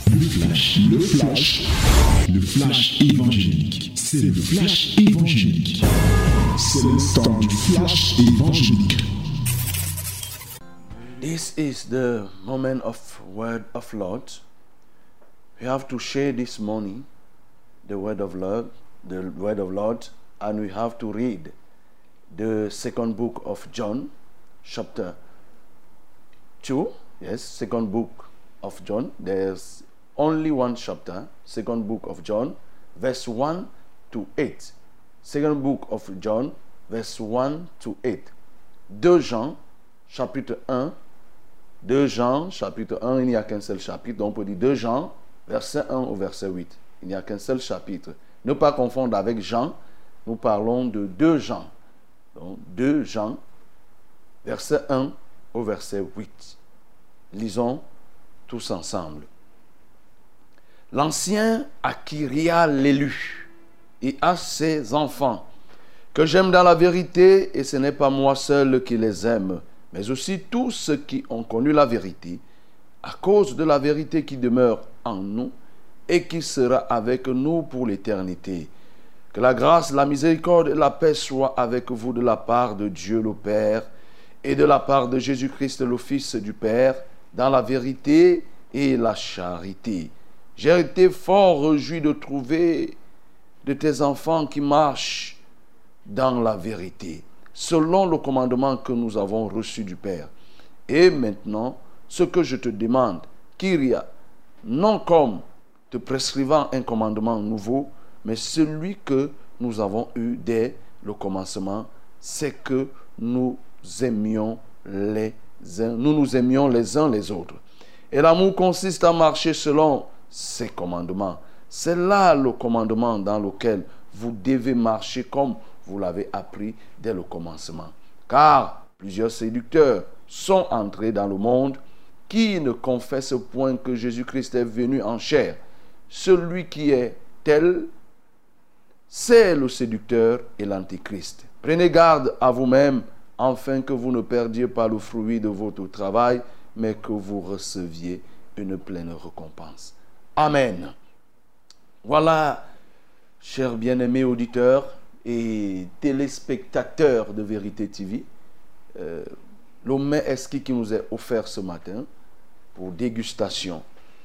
Le flash évangélique. C'est le flash évangélique. C'est le temps du flash évangélique. This is the moment of word of Lord. We have to share this morning the word of Lord, and we have to read the second book of John, chapter 2. Yes, second book of John. There's only one chapter, second book of John, verse 1 to 8. Second book of John, verse 1 to 8. 2 Jean, chapitre 1. 2 Jean, chapitre 1, il n'y a qu'un seul chapitre. Donc on peut dire 2 Jean, verset 1 au verset 8. Il n'y a qu'un seul chapitre. Ne pas confondre avec Jean. Nous parlons de 2 Jean. Donc 2 Jean, verset 1 au verset 8. Lisons tous ensemble. L'ancien acquéria l'élu et a ses enfants, que j'aime dans la vérité, et ce n'est pas moi seul qui les aime, mais aussi tous ceux qui ont connu la vérité, à cause de la vérité qui demeure en nous et qui sera avec nous pour l'éternité. Que la grâce, la miséricorde et la paix soient avec vous de la part de Dieu le Père et de la part de Jésus-Christ le Fils du Père, dans la vérité et la charité. J'ai été fort réjoui de trouver de tes enfants qui marchent dans la vérité, selon le commandement que nous avons reçu du Père. Et maintenant, ce que je te demande, Kyria, non comme te prescrivant un commandement nouveau, mais celui que nous avons eu dès le commencement, c'est que nous nous aimions les uns les autres. Et l'amour consiste à marcher selon ses commandements. C'est là le commandement dans lequel vous devez marcher comme vous l'avez appris dès le commencement. Car plusieurs séducteurs sont entrés dans le monde qui ne confessent point que Jésus-Christ est venu en chair. Celui qui est tel, c'est le séducteur et l'antéchrist. Prenez garde à vous-même, afin que vous ne perdiez pas le fruit de votre travail, mais que vous receviez une pleine récompense. Amen. Voilà, chers bien-aimés auditeurs et téléspectateurs de Vérité TV, le mets esquis qui nous est offert ce matin pour dégustation.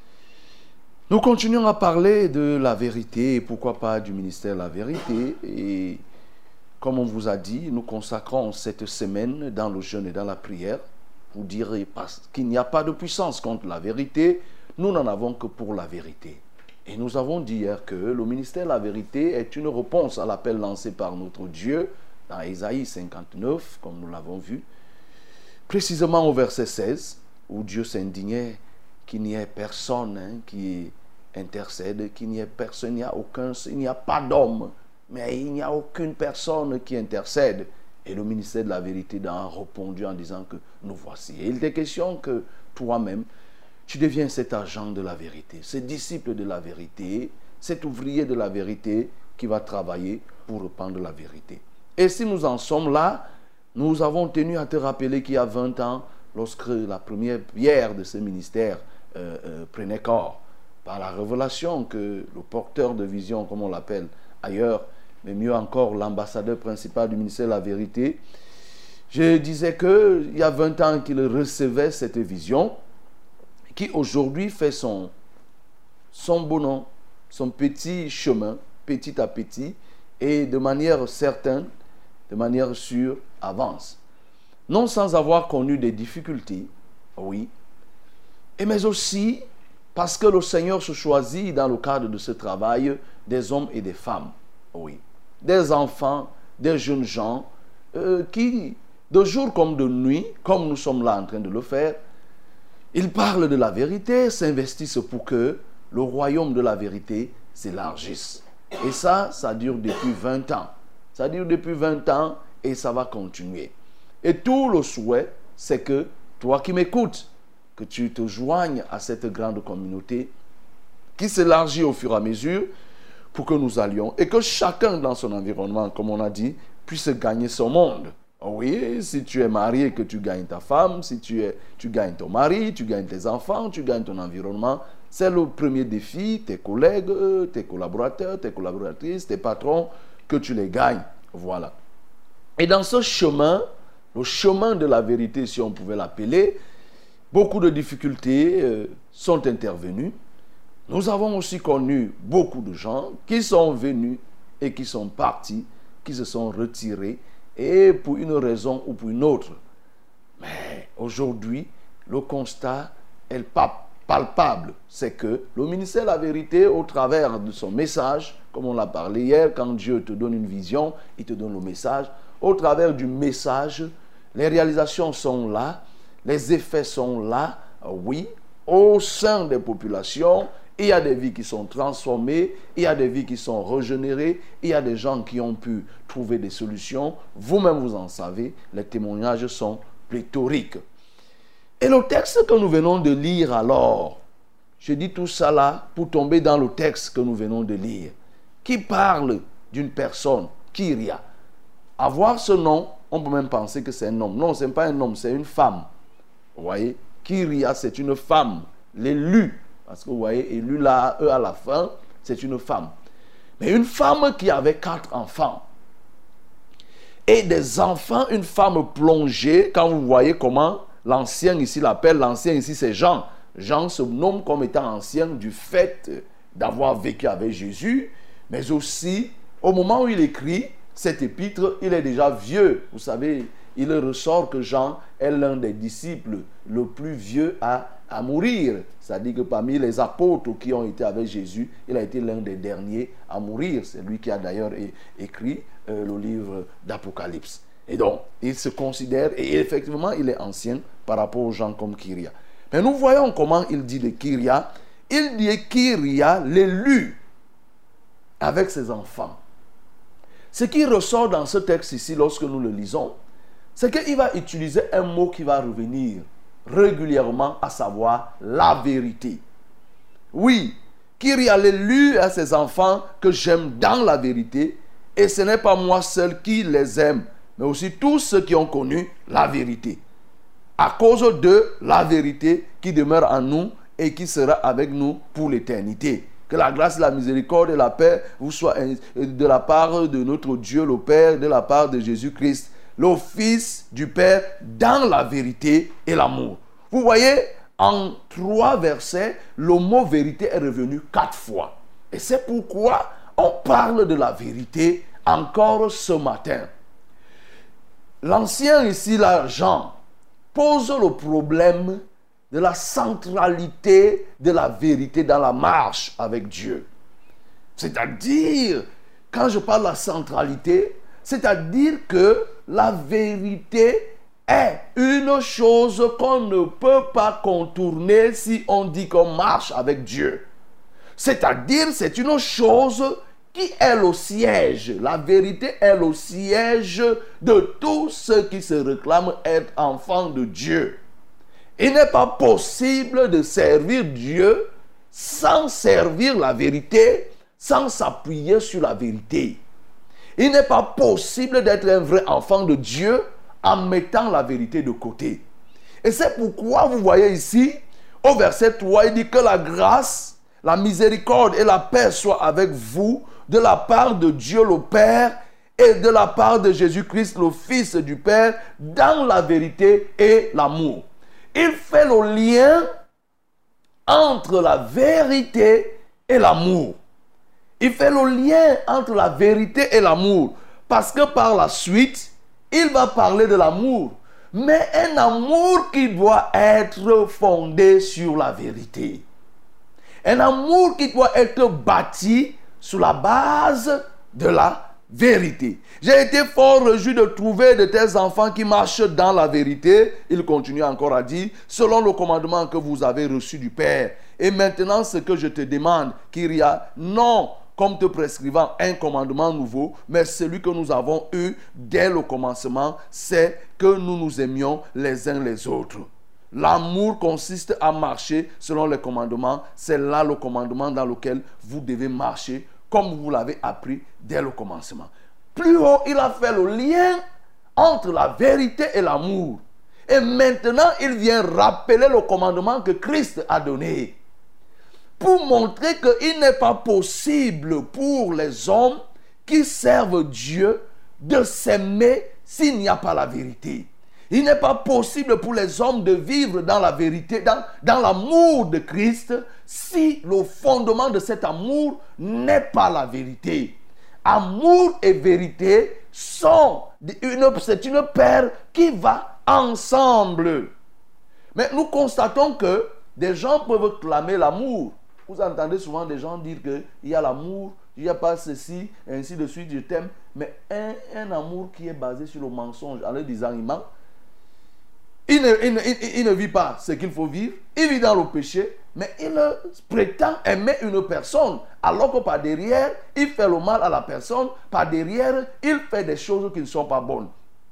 Nous continuons à parler de la vérité et pourquoi pas du ministère de la vérité. Et comme on vous a dit, nous consacrons cette semaine dans le jeûne et dans la prière pour dire qu'il n'y a pas de puissance contre la vérité. Nous n'en avons que pour la vérité. Et nous avons dit hier que le ministère de la vérité est une réponse à l'appel lancé par notre Dieu dans Ésaïe 59, comme nous l'avons vu, précisément au verset 16, où Dieu s'indignait qu'il n'y ait personne qui intercède, qu'il n'y ait personne, il n'y a pas d'homme, mais il n'y a aucune personne qui intercède. Et le ministère de la vérité a répondu en disant que nous voici. Et il était question que toi-même, tu deviens cet agent de la vérité, ce disciple de la vérité, cet ouvrier de la vérité qui va travailler pour répandre la vérité. Et si nous en sommes là, nous avons tenu à te rappeler qu'il y a 20 ans, lorsque la première pierre de ce ministère prenait corps, par la révélation que le porteur de vision, comme on l'appelle ailleurs, mais mieux encore l'ambassadeur principal du ministère de la vérité, je disais qu'il y a 20 ans qu'il recevait cette vision, qui aujourd'hui fait son bonhomme, son petit chemin, petit à petit, et de manière certaine, de manière sûre, avance. Non sans avoir connu des difficultés, oui, mais aussi parce que le Seigneur se choisit dans le cadre de ce travail des hommes et des femmes, oui, des enfants, des jeunes gens qui, de jour comme de nuit, comme nous sommes là en train de le faire, ils parlent de la vérité, s'investissent pour que le royaume de la vérité s'élargisse. Et ça dure depuis 20 ans. Ça dure depuis 20 ans et ça va continuer. Et tout le souhait, c'est que toi qui m'écoutes, que tu te joignes à cette grande communauté qui s'élargit au fur et à mesure pour que nous allions et que chacun dans son environnement, comme on a dit, puisse gagner son monde. Oui, si tu es marié, que tu gagnes ta femme, si tu gagnes ton mari, tu gagnes tes enfants, tu gagnes ton environnement. C'est le premier défi, tes collègues, tes collaborateurs, tes collaboratrices, tes patrons, que tu les gagnes. Voilà. Et dans ce chemin, le chemin de la vérité, si on pouvait l'appeler, beaucoup de difficultés sont intervenues. Nous avons aussi connu beaucoup de gens qui sont venus et qui sont partis, qui se sont retirés, et pour une raison ou pour une autre. Mais aujourd'hui, le constat est palpable. C'est que le ministère de la vérité, au travers de son message, comme on l'a parlé hier, quand Dieu te donne une vision, il te donne le message. Au travers du message, les réalisations sont là, les effets sont là, oui, au sein des populations. Il y a des vies qui sont transformées, il y a des vies qui sont régénérées, il y a des gens qui ont pu trouver des solutions. Vous-même, vous en savez, les témoignages sont pléthoriques. Et le texte que nous venons de lire alors, je dis tout ça là pour tomber dans le texte que nous venons de lire, qui parle d'une personne, Kyria. À voir ce nom, on peut même penser que c'est un homme. Non, ce n'est pas un homme, c'est une femme. Vous voyez, Kyria, c'est une femme, l'élu. Parce que vous voyez, élu là, à la fin, c'est une femme. Mais une femme qui avait 4 enfants. Et des enfants, une femme plongée, quand vous voyez comment l'ancien ici l'appelle, l'ancien ici c'est Jean. Jean se nomme comme étant ancien du fait d'avoir vécu avec Jésus, mais aussi, au moment où il écrit cet épître, il est déjà vieux. Vous savez, il ressort que Jean est l'un des disciples le plus vieux à mourir. C'est-à-dire que parmi les apôtres qui ont été avec Jésus, il a été l'un des derniers à mourir. C'est lui qui a d'ailleurs écrit le livre d'Apocalypse. Et donc, il se considère, et effectivement, il est ancien par rapport aux gens comme Kyria. Mais nous voyons comment il dit de Kyria. Il dit Kyria, l'élu, avec ses enfants. Ce qui ressort dans ce texte ici, lorsque nous le lisons, c'est qu'il va utiliser un mot qui va revenir régulièrement, à savoir la vérité. Oui, Kyria l'élu à ses enfants que j'aime dans la vérité, et ce n'est pas moi seul qui les aime, mais aussi tous ceux qui ont connu la vérité. À cause de la vérité qui demeure en nous et qui sera avec nous pour l'éternité. Que la grâce, la miséricorde et la paix vous soient de la part de notre Dieu le Père, de la part de Jésus-Christ, le Fils du Père, dans la vérité et l'amour. Vous voyez, en 3 versets, le mot vérité est revenu 4 fois. Et c'est pourquoi on parle de la vérité encore ce matin. L'ancien ici, là, Jean, pose le problème de la centralité de la vérité dans la marche avec Dieu. C'est-à-dire, quand je parle de la centralité, c'est-à-dire que la vérité est une chose qu'on ne peut pas contourner si on dit qu'on marche avec Dieu. C'est-à-dire, c'est une chose qui est le siège. La vérité est le siège de tous ceux qui se réclament être enfants de Dieu. Il n'est pas possible de servir Dieu sans servir la vérité, sans s'appuyer sur la vérité. Il n'est pas possible d'être un vrai enfant de Dieu en mettant la vérité de côté. Et c'est pourquoi vous voyez ici, au verset 3, il dit que la grâce, la miséricorde et la paix soient avec vous de la part de Dieu le Père et de la part de Jésus-Christ, le Fils du Père, dans la vérité et l'amour. Il fait le lien entre la vérité et l'amour. Il fait le lien entre la vérité et l'amour. Parce que par la suite, il va parler de l'amour. Mais un amour qui doit être fondé sur la vérité. Un amour qui doit être bâti sur la base de la vérité. J'ai été fort réjoui de trouver de tels enfants qui marchent dans la vérité. Il continue encore à dire, selon le commandement que vous avez reçu du Père. Et maintenant, ce que je te demande, Kyria, non comme te prescrivant un commandement nouveau, mais celui que nous avons eu dès le commencement, c'est que nous nous aimions les uns les autres. L'amour consiste à marcher selon les commandements. C'est là le commandement dans lequel vous devez marcher comme vous l'avez appris dès le commencement. Plus haut, il a fait le lien entre la vérité et l'amour. Et maintenant, il vient rappeler le commandement que Christ a donné pour montrer qu'il n'est pas possible pour les hommes qui servent Dieu de s'aimer s'il n'y a pas la vérité. Il n'est pas possible pour les hommes de vivre dans la vérité, dans l'amour de Christ, si le fondement de cet amour n'est pas la vérité. Amour et vérité c'est une paire qui va ensemble. Mais nous constatons que des gens peuvent clamer l'amour. Vous entendez souvent des gens dire qu'il y a l'amour, il n'y a pas ceci, et ainsi de suite, je t'aime. Mais un amour qui est basé sur le mensonge, en leur disant il ment, il ne vit pas ce qu'il faut vivre, il vit dans le péché, mais il prétend aimer une personne, alors que par derrière, il fait le mal à la personne, par derrière, il fait des choses qui ne sont pas bonnes.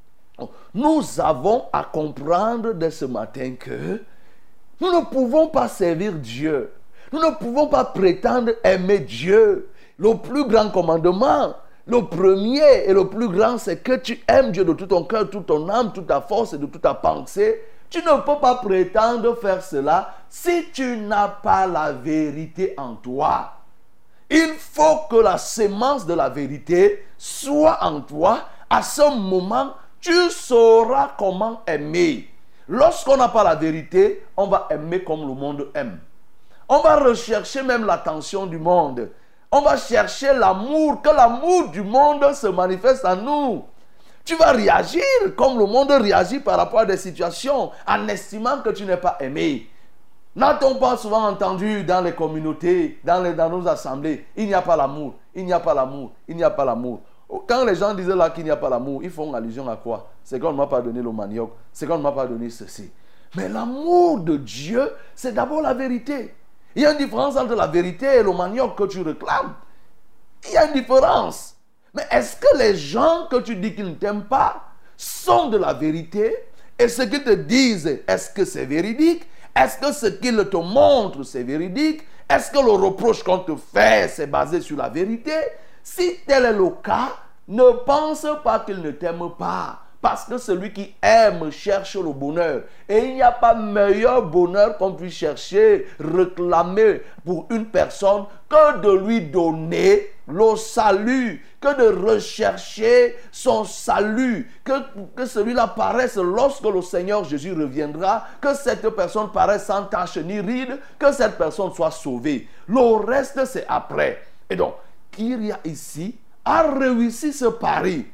Nous avons à comprendre dès ce matin que nous ne pouvons pas servir Dieu. Nous ne pouvons pas prétendre aimer Dieu. Le plus grand commandement, le premier et le plus grand, c'est que tu aimes Dieu de tout ton cœur, toute ton âme, toute ta force et de toute ta pensée. Tu ne peux pas prétendre faire cela si tu n'as pas la vérité en toi. Il faut que la sémence de la vérité soit en toi. À ce moment, tu sauras comment aimer. Lorsqu'on n'a pas la vérité, on va aimer comme le monde aime. On va rechercher même l'attention du monde. On va chercher l'amour, que l'amour du monde se manifeste en nous. Tu vas réagir comme le monde réagit par rapport à des situations, en estimant que tu n'es pas aimé. N'a-t-on pas souvent entendu dans les communautés, dans nos assemblées, il n'y a pas l'amour, il n'y a pas l'amour, il n'y a pas l'amour. Quand les gens disent là qu'il n'y a pas l'amour, ils font allusion à quoi? C'est qu'on ne m'a pas donné le manioc, c'est qu'on ne m'a pas donné ceci. Mais l'amour de Dieu, c'est d'abord la vérité. Il y a une différence entre la vérité et le manioc que tu réclames. Il y a une différence. Mais est-ce que les gens que tu dis qu'ils ne t'aiment pas sont de la vérité? Et ce qu'ils te disent, est-ce que c'est véridique? Est-ce que ce qu'ils te montrent, c'est véridique? Est-ce que le reproche qu'on te fait, c'est basé sur la vérité? Si tel est le cas, ne pense pas qu'ils ne t'aiment pas. Parce que celui qui aime cherche le bonheur. Et il n'y a pas meilleur bonheur qu'on puisse chercher, réclamer pour une personne que de lui donner le salut, que de rechercher son salut, que celui-là paraisse lorsque le Seigneur Jésus reviendra, que cette personne paraisse sans tache ni ride, que cette personne soit sauvée. Le reste, c'est après. Et donc, Kyria ici a réussi ce pari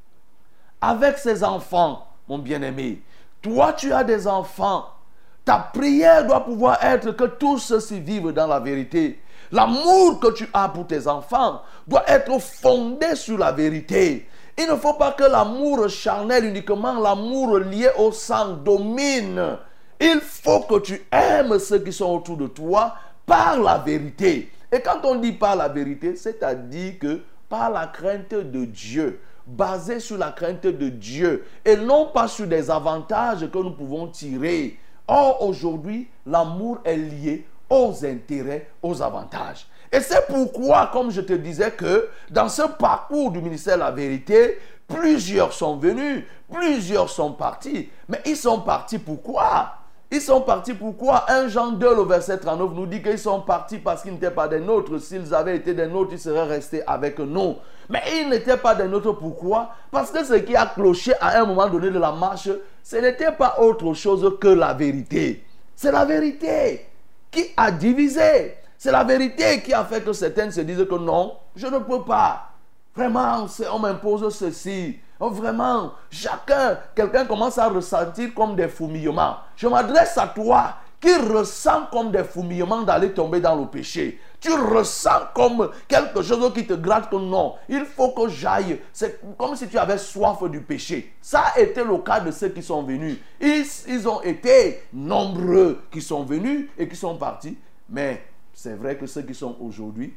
avec ses enfants, mon bien-aimé. Toi, tu as des enfants. Ta prière doit pouvoir être que tous ceux-ci vivent dans la vérité. L'amour que tu as pour tes enfants doit être fondé sur la vérité. Il ne faut pas que l'amour charnel, uniquement l'amour lié au sang, domine. Il faut que tu aimes ceux qui sont autour de toi par la vérité. Et quand on dit par la vérité, c'est-à-dire que par la crainte de Dieu, basé sur la crainte de Dieu et non pas sur des avantages que nous pouvons tirer. Or, aujourd'hui, l'amour est lié aux intérêts, aux avantages. Et c'est pourquoi, comme je te disais, que dans ce parcours du ministère de la vérité, plusieurs sont venus, plusieurs sont partis. Mais ils sont partis pourquoi? Ils sont partis pourquoi? 1 Jean 2, le verset 39 nous dit qu'ils sont partis parce qu'ils n'étaient pas des nôtres. S'ils avaient été des nôtres, ils seraient restés avec nous. Mais ils n'étaient pas des nôtres, pourquoi? Parce que ce qui a cloché à un moment donné de la marche, ce n'était pas autre chose que la vérité. C'est la vérité qui a divisé. C'est la vérité qui a fait que certaines se disent que non, je ne peux pas. Vraiment, on m'impose ceci. Vraiment, quelqu'un commence à ressentir comme des fourmillements. Je m'adresse à toi qui ressens comme des fourmillements d'aller tomber dans le péché. Tu ressens comme quelque chose qui te gratte que non, il faut que j'aille. C'est comme si tu avais soif du péché. Ça a été le cas de ceux qui sont venus. Ils ont été nombreux qui sont venus et qui sont partis. Mais c'est vrai que ceux qui sont aujourd'hui,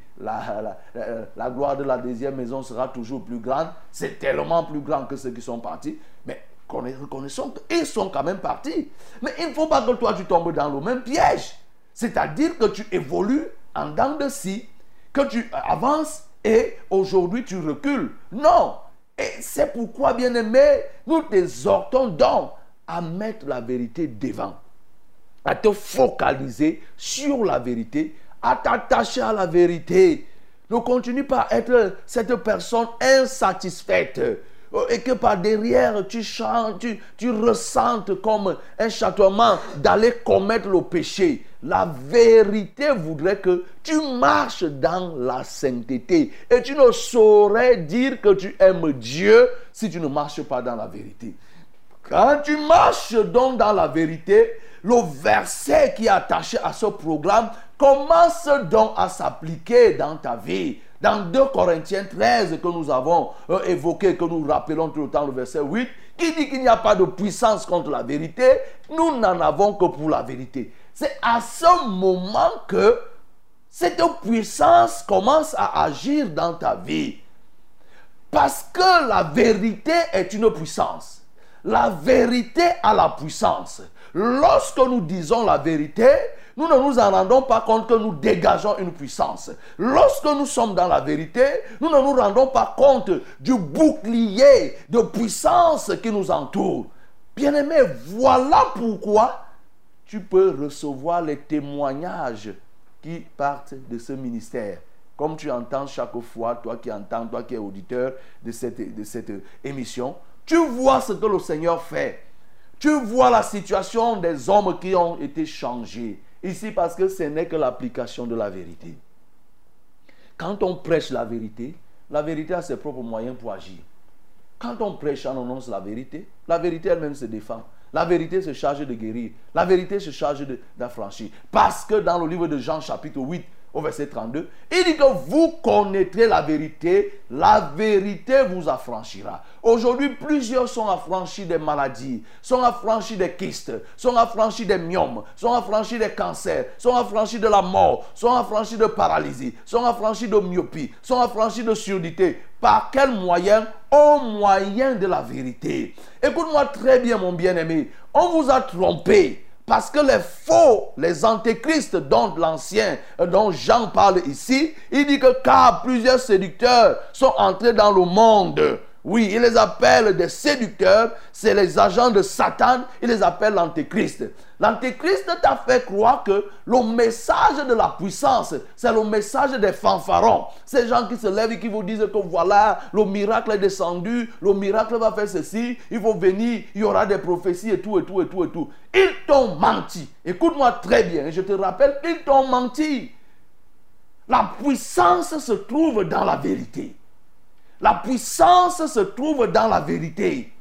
la gloire de la deuxième maison sera toujours plus grande. C'est tellement plus grand que ceux qui sont partis. Mais reconnaissons qu'ils sont quand même partis. Mais il ne faut pas que toi tu tombes dans le même piège. C'est-à-dire que tu évolues en dents de scie, que tu avances et aujourd'hui tu recules. Non. Et c'est pourquoi, bien-aimé, nous t'exhortons donc à mettre la vérité devant, à te focaliser sur la vérité, à t'attacher à la vérité. Ne continue pas à être cette personne insatisfaite et que par derrière tu chantes, tu ressentes comme un châtiment d'aller commettre le péché. La vérité voudrait que tu marches dans la sainteté et tu ne saurais dire que tu aimes Dieu si tu ne marches pas dans la vérité. Quand tu marches donc dans la vérité, le verset qui est attaché à ce programme commence donc à s'appliquer dans ta vie. Dans 2 Corinthiens 13 que nous avons évoqué, que nous rappelons tout le temps, le verset 8, qui dit qu'il n'y a pas de puissance contre la vérité, nous n'en avons que pour la vérité. C'est à ce moment que cette puissance commence à agir dans ta vie. Parce que la vérité est une puissance. La vérité a la puissance. Lorsque nous disons la vérité, nous ne nous en rendons pas compte que nous dégageons une puissance. Lorsque nous sommes dans la vérité, nous ne nous rendons pas compte du bouclier de puissance qui nous entoure. Bien-aimé, voilà pourquoi tu peux recevoir les témoignages qui partent de ce ministère. Comme tu entends chaque fois, toi qui entends, toi qui es auditeur de cette émission, tu vois ce que le Seigneur fait. Tu vois la situation des hommes qui ont été changés. Ici, parce que ce n'est que l'application de la vérité. Quand on prêche la vérité a ses propres moyens pour agir. Quand on prêche, on annonce la vérité elle-même se défend. La vérité se charge de guérir. La vérité se charge d'affranchir. Parce que dans le livre de Jean, chapitre 8, au verset 32, il dit que vous connaîtrez la vérité vous affranchira. Aujourd'hui, plusieurs sont affranchis des maladies, sont affranchis des kystes, sont affranchis des myomes, sont affranchis des cancers, sont affranchis de la mort, sont affranchis de paralysie, sont affranchis de myopie, sont affranchis de surdité. Par quel moyen? Au moyen de la vérité. Écoute-moi très bien, mon bien-aimé. On vous a trompé. Parce que les faux, les antéchrists dont Jean parle ici, il dit que car plusieurs séducteurs sont entrés dans le monde. Oui, il les appelle des séducteurs, c'est les agents de Satan, il les appelle l'antéchrist. L'antéchrist t'a fait croire que le message de la puissance, c'est le message des fanfarons. Ces gens qui se lèvent et qui vous disent que voilà, le miracle est descendu, le miracle va faire ceci, il faut venir, il y aura des prophéties et tout, et tout, et tout, et tout. Ils t'ont menti. Écoute-moi très bien, et je te rappelle qu'ils t'ont menti. La puissance se trouve dans la vérité. La puissance se trouve dans la vérité.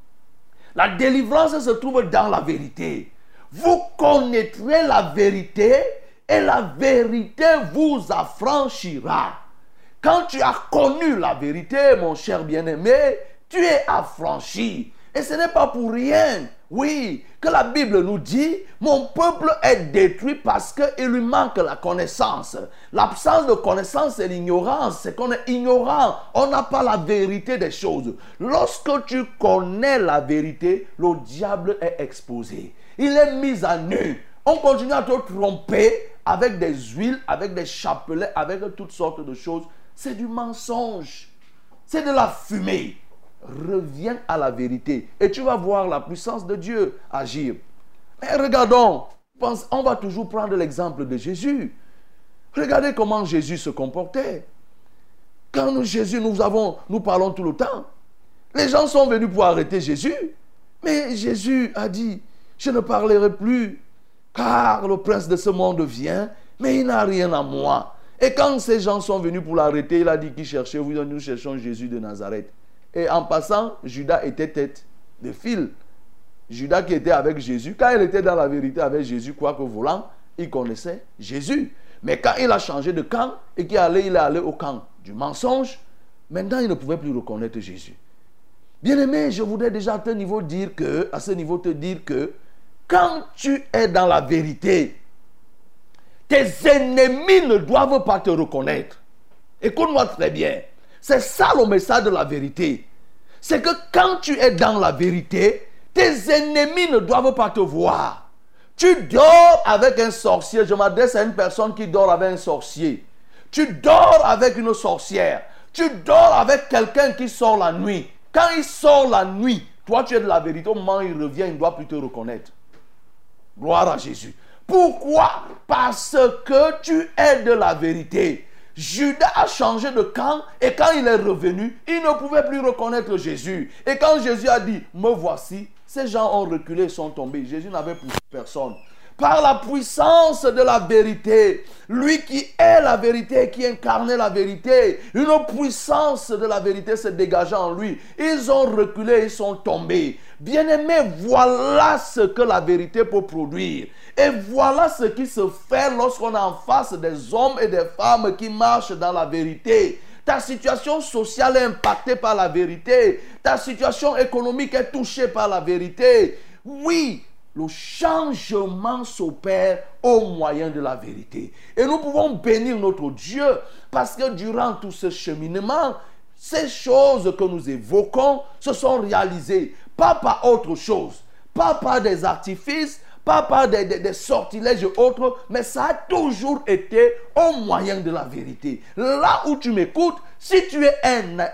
La délivrance se trouve dans la vérité. Vous connaîtrez la vérité et la vérité vous affranchira. Quand tu as connu la vérité, mon cher bien-aimé, tu es affranchi. Et ce n'est pas pour rien, oui, que la Bible nous dit, mon peuple est détruit parce qu'il lui manque la connaissance. L'absence de connaissance, c'est l'ignorance, c'est qu'on est ignorant, on n'a pas la vérité des choses. Lorsque tu connais la vérité, le diable est exposé. Il est mis à nu. On continue à te tromper avec des huiles, avec des chapelets, avec toutes sortes de choses. C'est du mensonge, c'est de la fumée. Reviens à la vérité et tu vas voir la puissance de Dieu agir. Mais regardons, on va toujours prendre l'exemple de Jésus. Regardez comment Jésus se comportait. Quand nous parlons tout le temps. Les gens sont venus pour arrêter Jésus. Mais Jésus a dit, je ne parlerai plus car le prince de ce monde vient, mais il n'a rien à moi. Et quand ces gens sont venus pour l'arrêter, il a dit qui cherchez-vous? Nous cherchons Jésus de Nazareth. Et en passant, Judas était tête de file. Judas qui était avec Jésus, quand il était dans la vérité avec Jésus, quoique volant, il connaissait Jésus. Mais quand il a changé de camp et qu'il il est allé au camp du mensonge, maintenant il ne pouvait plus reconnaître Jésus. Bien-aimé, je voudrais déjà à ce niveau te dire que quand tu es dans la vérité, tes ennemis ne doivent pas te reconnaître. Écoute-moi très bien. C'est ça le message de la vérité. C'est que quand tu es dans la vérité, tes ennemis ne doivent pas te voir. Tu dors avec un sorcier. Je m'adresse à une personne qui dort avec un sorcier. Tu dors avec une sorcière. Tu dors avec quelqu'un qui sort la nuit. Quand il sort la nuit, toi tu es de la vérité, au moment où il revient, il ne doit plus te reconnaître. Gloire à Jésus. Pourquoi? Parce que tu es de la vérité. Judas a changé de camp et quand il est revenu, il ne pouvait plus reconnaître Jésus. Et quand Jésus a dit, me voici, ces gens ont reculé et sont tombés. Jésus n'avait poussé personne. Par la puissance de la vérité, lui qui est la vérité, qui incarnait la vérité, une puissance de la vérité se dégageant en lui. Ils ont reculé, ils sont tombés. Bien-aimés, voilà ce que la vérité peut produire. Et voilà ce qui se fait lorsqu'on est en face des hommes et des femmes qui marchent dans la vérité. Ta situation sociale est impactée par la vérité. Ta situation économique est touchée par la vérité. Oui, le changement s'opère au moyen de la vérité. Et nous pouvons bénir notre Dieu parce que durant tout ce cheminement, ces choses que nous évoquons se sont réalisées. Pas par autre chose, pas par des artifices, pas par des sortilèges et autres, mais ça a toujours été au moyen de la vérité. Là où tu m'écoutes, si tu es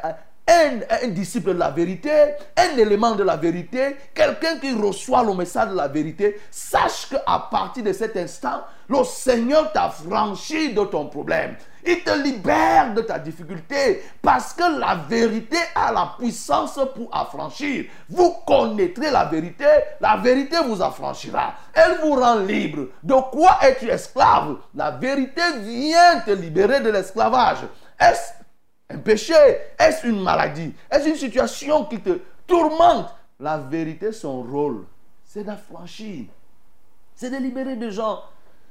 un disciple de la vérité, un élément de la vérité, quelqu'un qui reçoit le message de la vérité, sache qu'à partir de cet instant, le Seigneur t'a franchi de ton problème. Il te libère de ta difficulté parce que la vérité a la puissance pour affranchir. Vous connaîtrez la vérité vous affranchira. Elle vous rend libre. De quoi es-tu esclave? La vérité vient te libérer de l'esclavage. Est-ce un péché? Est-ce une maladie? Est-ce une situation qui te tourmente? La vérité, son rôle, c'est d'affranchir. C'est de libérer des gens.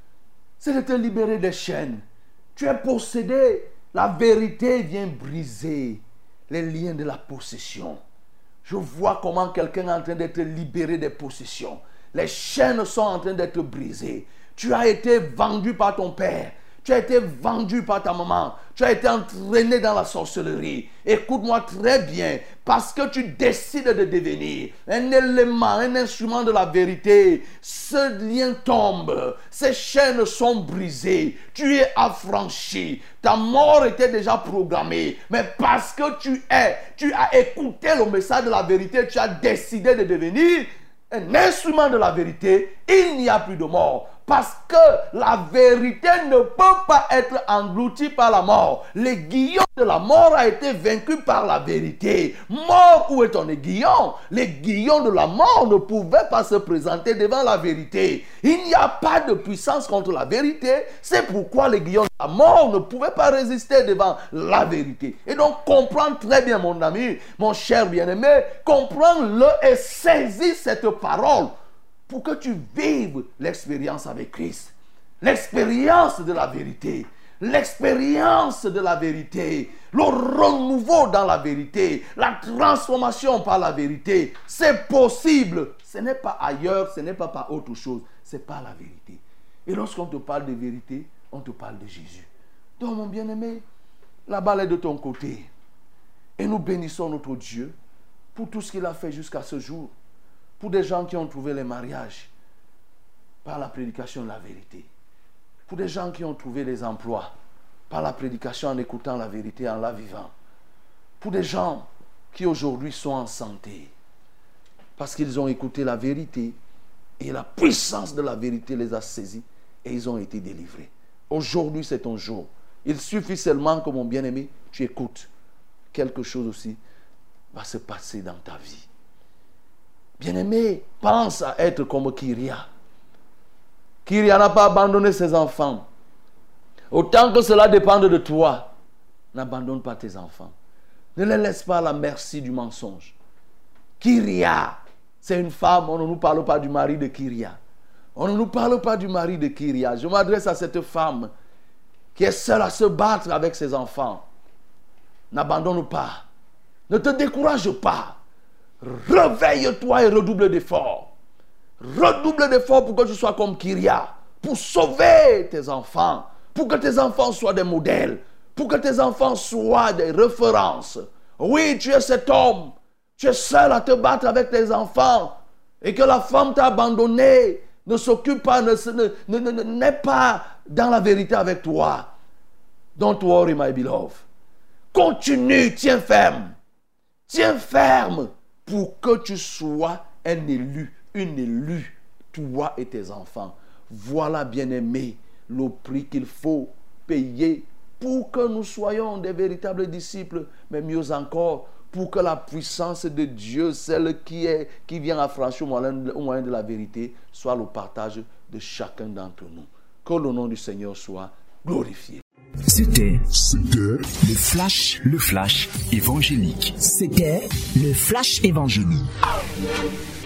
C'est de te libérer des chaînes. Tu es possédé. La vérité vient briser les liens de la possession. Je vois comment quelqu'un est en train d'être libéré des possessions. Les chaînes sont en train d'être brisées. Tu as été vendu par ton père. Tu as été vendu par ta maman. Tu as été entraîné dans la sorcellerie. Écoute-moi très bien. Parce que tu décides de devenir un élément, un instrument de la vérité. Ce lien tombe. Ces chaînes sont brisées. Tu es affranchi. Ta mort était déjà programmée. Mais parce que tu as écouté le message de la vérité, tu as décidé de devenir un instrument de la vérité. Il n'y a plus de mort. Parce que la vérité ne peut pas être engloutie par la mort. L'aiguillon de la mort a été vaincu par la vérité. Mort, où est ton aiguillon? L'aiguillon de la mort ne pouvait pas se présenter devant la vérité. Il n'y a pas de puissance contre la vérité. C'est pourquoi l'aiguillon de la mort ne pouvait pas résister devant la vérité. Et donc, comprends très bien, mon ami, mon cher bien-aimé, comprends-le et saisis cette parole pour que tu vives l'expérience avec Christ. L'expérience de la vérité. L'expérience de la vérité. Le renouveau dans la vérité. La transformation par la vérité. C'est possible. Ce n'est pas ailleurs, ce n'est pas par autre chose. C'est par la vérité. Et lorsqu'on te parle de vérité, on te parle de Jésus. Donc mon bien-aimé, la balle est de ton côté. Et nous bénissons notre Dieu pour tout ce qu'il a fait jusqu'à ce jour. Pour des gens qui ont trouvé les mariages par la prédication de la vérité. Pour des gens qui ont trouvé les emplois par la prédication en écoutant la vérité, en la vivant. Pour des gens qui aujourd'hui sont en santé parce qu'ils ont écouté la vérité et la puissance de la vérité les a saisis et ils ont été délivrés. Aujourd'hui, c'est ton jour. Il suffit seulement que, mon bien-aimé, tu écoutes. Quelque chose aussi va se passer dans ta vie. Bien-aimé, pense à être comme Kyria. Kyria n'a pas abandonné ses enfants. Autant que cela dépende de toi, n'abandonne pas tes enfants. Ne les laisse pas à la merci du mensonge. Kyria, c'est une femme, on ne nous parle pas du mari de Kyria. On ne nous parle pas du mari de Kyria. Je m'adresse à cette femme qui est seule à se battre avec ses enfants. N'abandonne pas. Ne te décourage pas. Réveille-toi et redouble d'efforts. Redouble d'efforts pour que tu sois comme Kyria. Pour sauver tes enfants. Pour que tes enfants soient des modèles. Pour que tes enfants soient des références. Oui, tu es cet homme. Tu es seul à te battre avec tes enfants. Et que la femme t'a abandonné. Ne s'occupe pas, n'est pas dans la vérité avec toi. Don't worry, my beloved. Continue, tiens ferme. Tiens ferme pour que tu sois un élu, une élue, toi et tes enfants. Voilà, bien-aimés, le prix qu'il faut payer pour que nous soyons des véritables disciples, mais mieux encore, pour que la puissance de Dieu, celle qui vient affranchir au moyen de la vérité, soit le partage de chacun d'entre nous. Que le nom du Seigneur soit glorifié. C'était le flash évangélique. C'était le flash évangélique.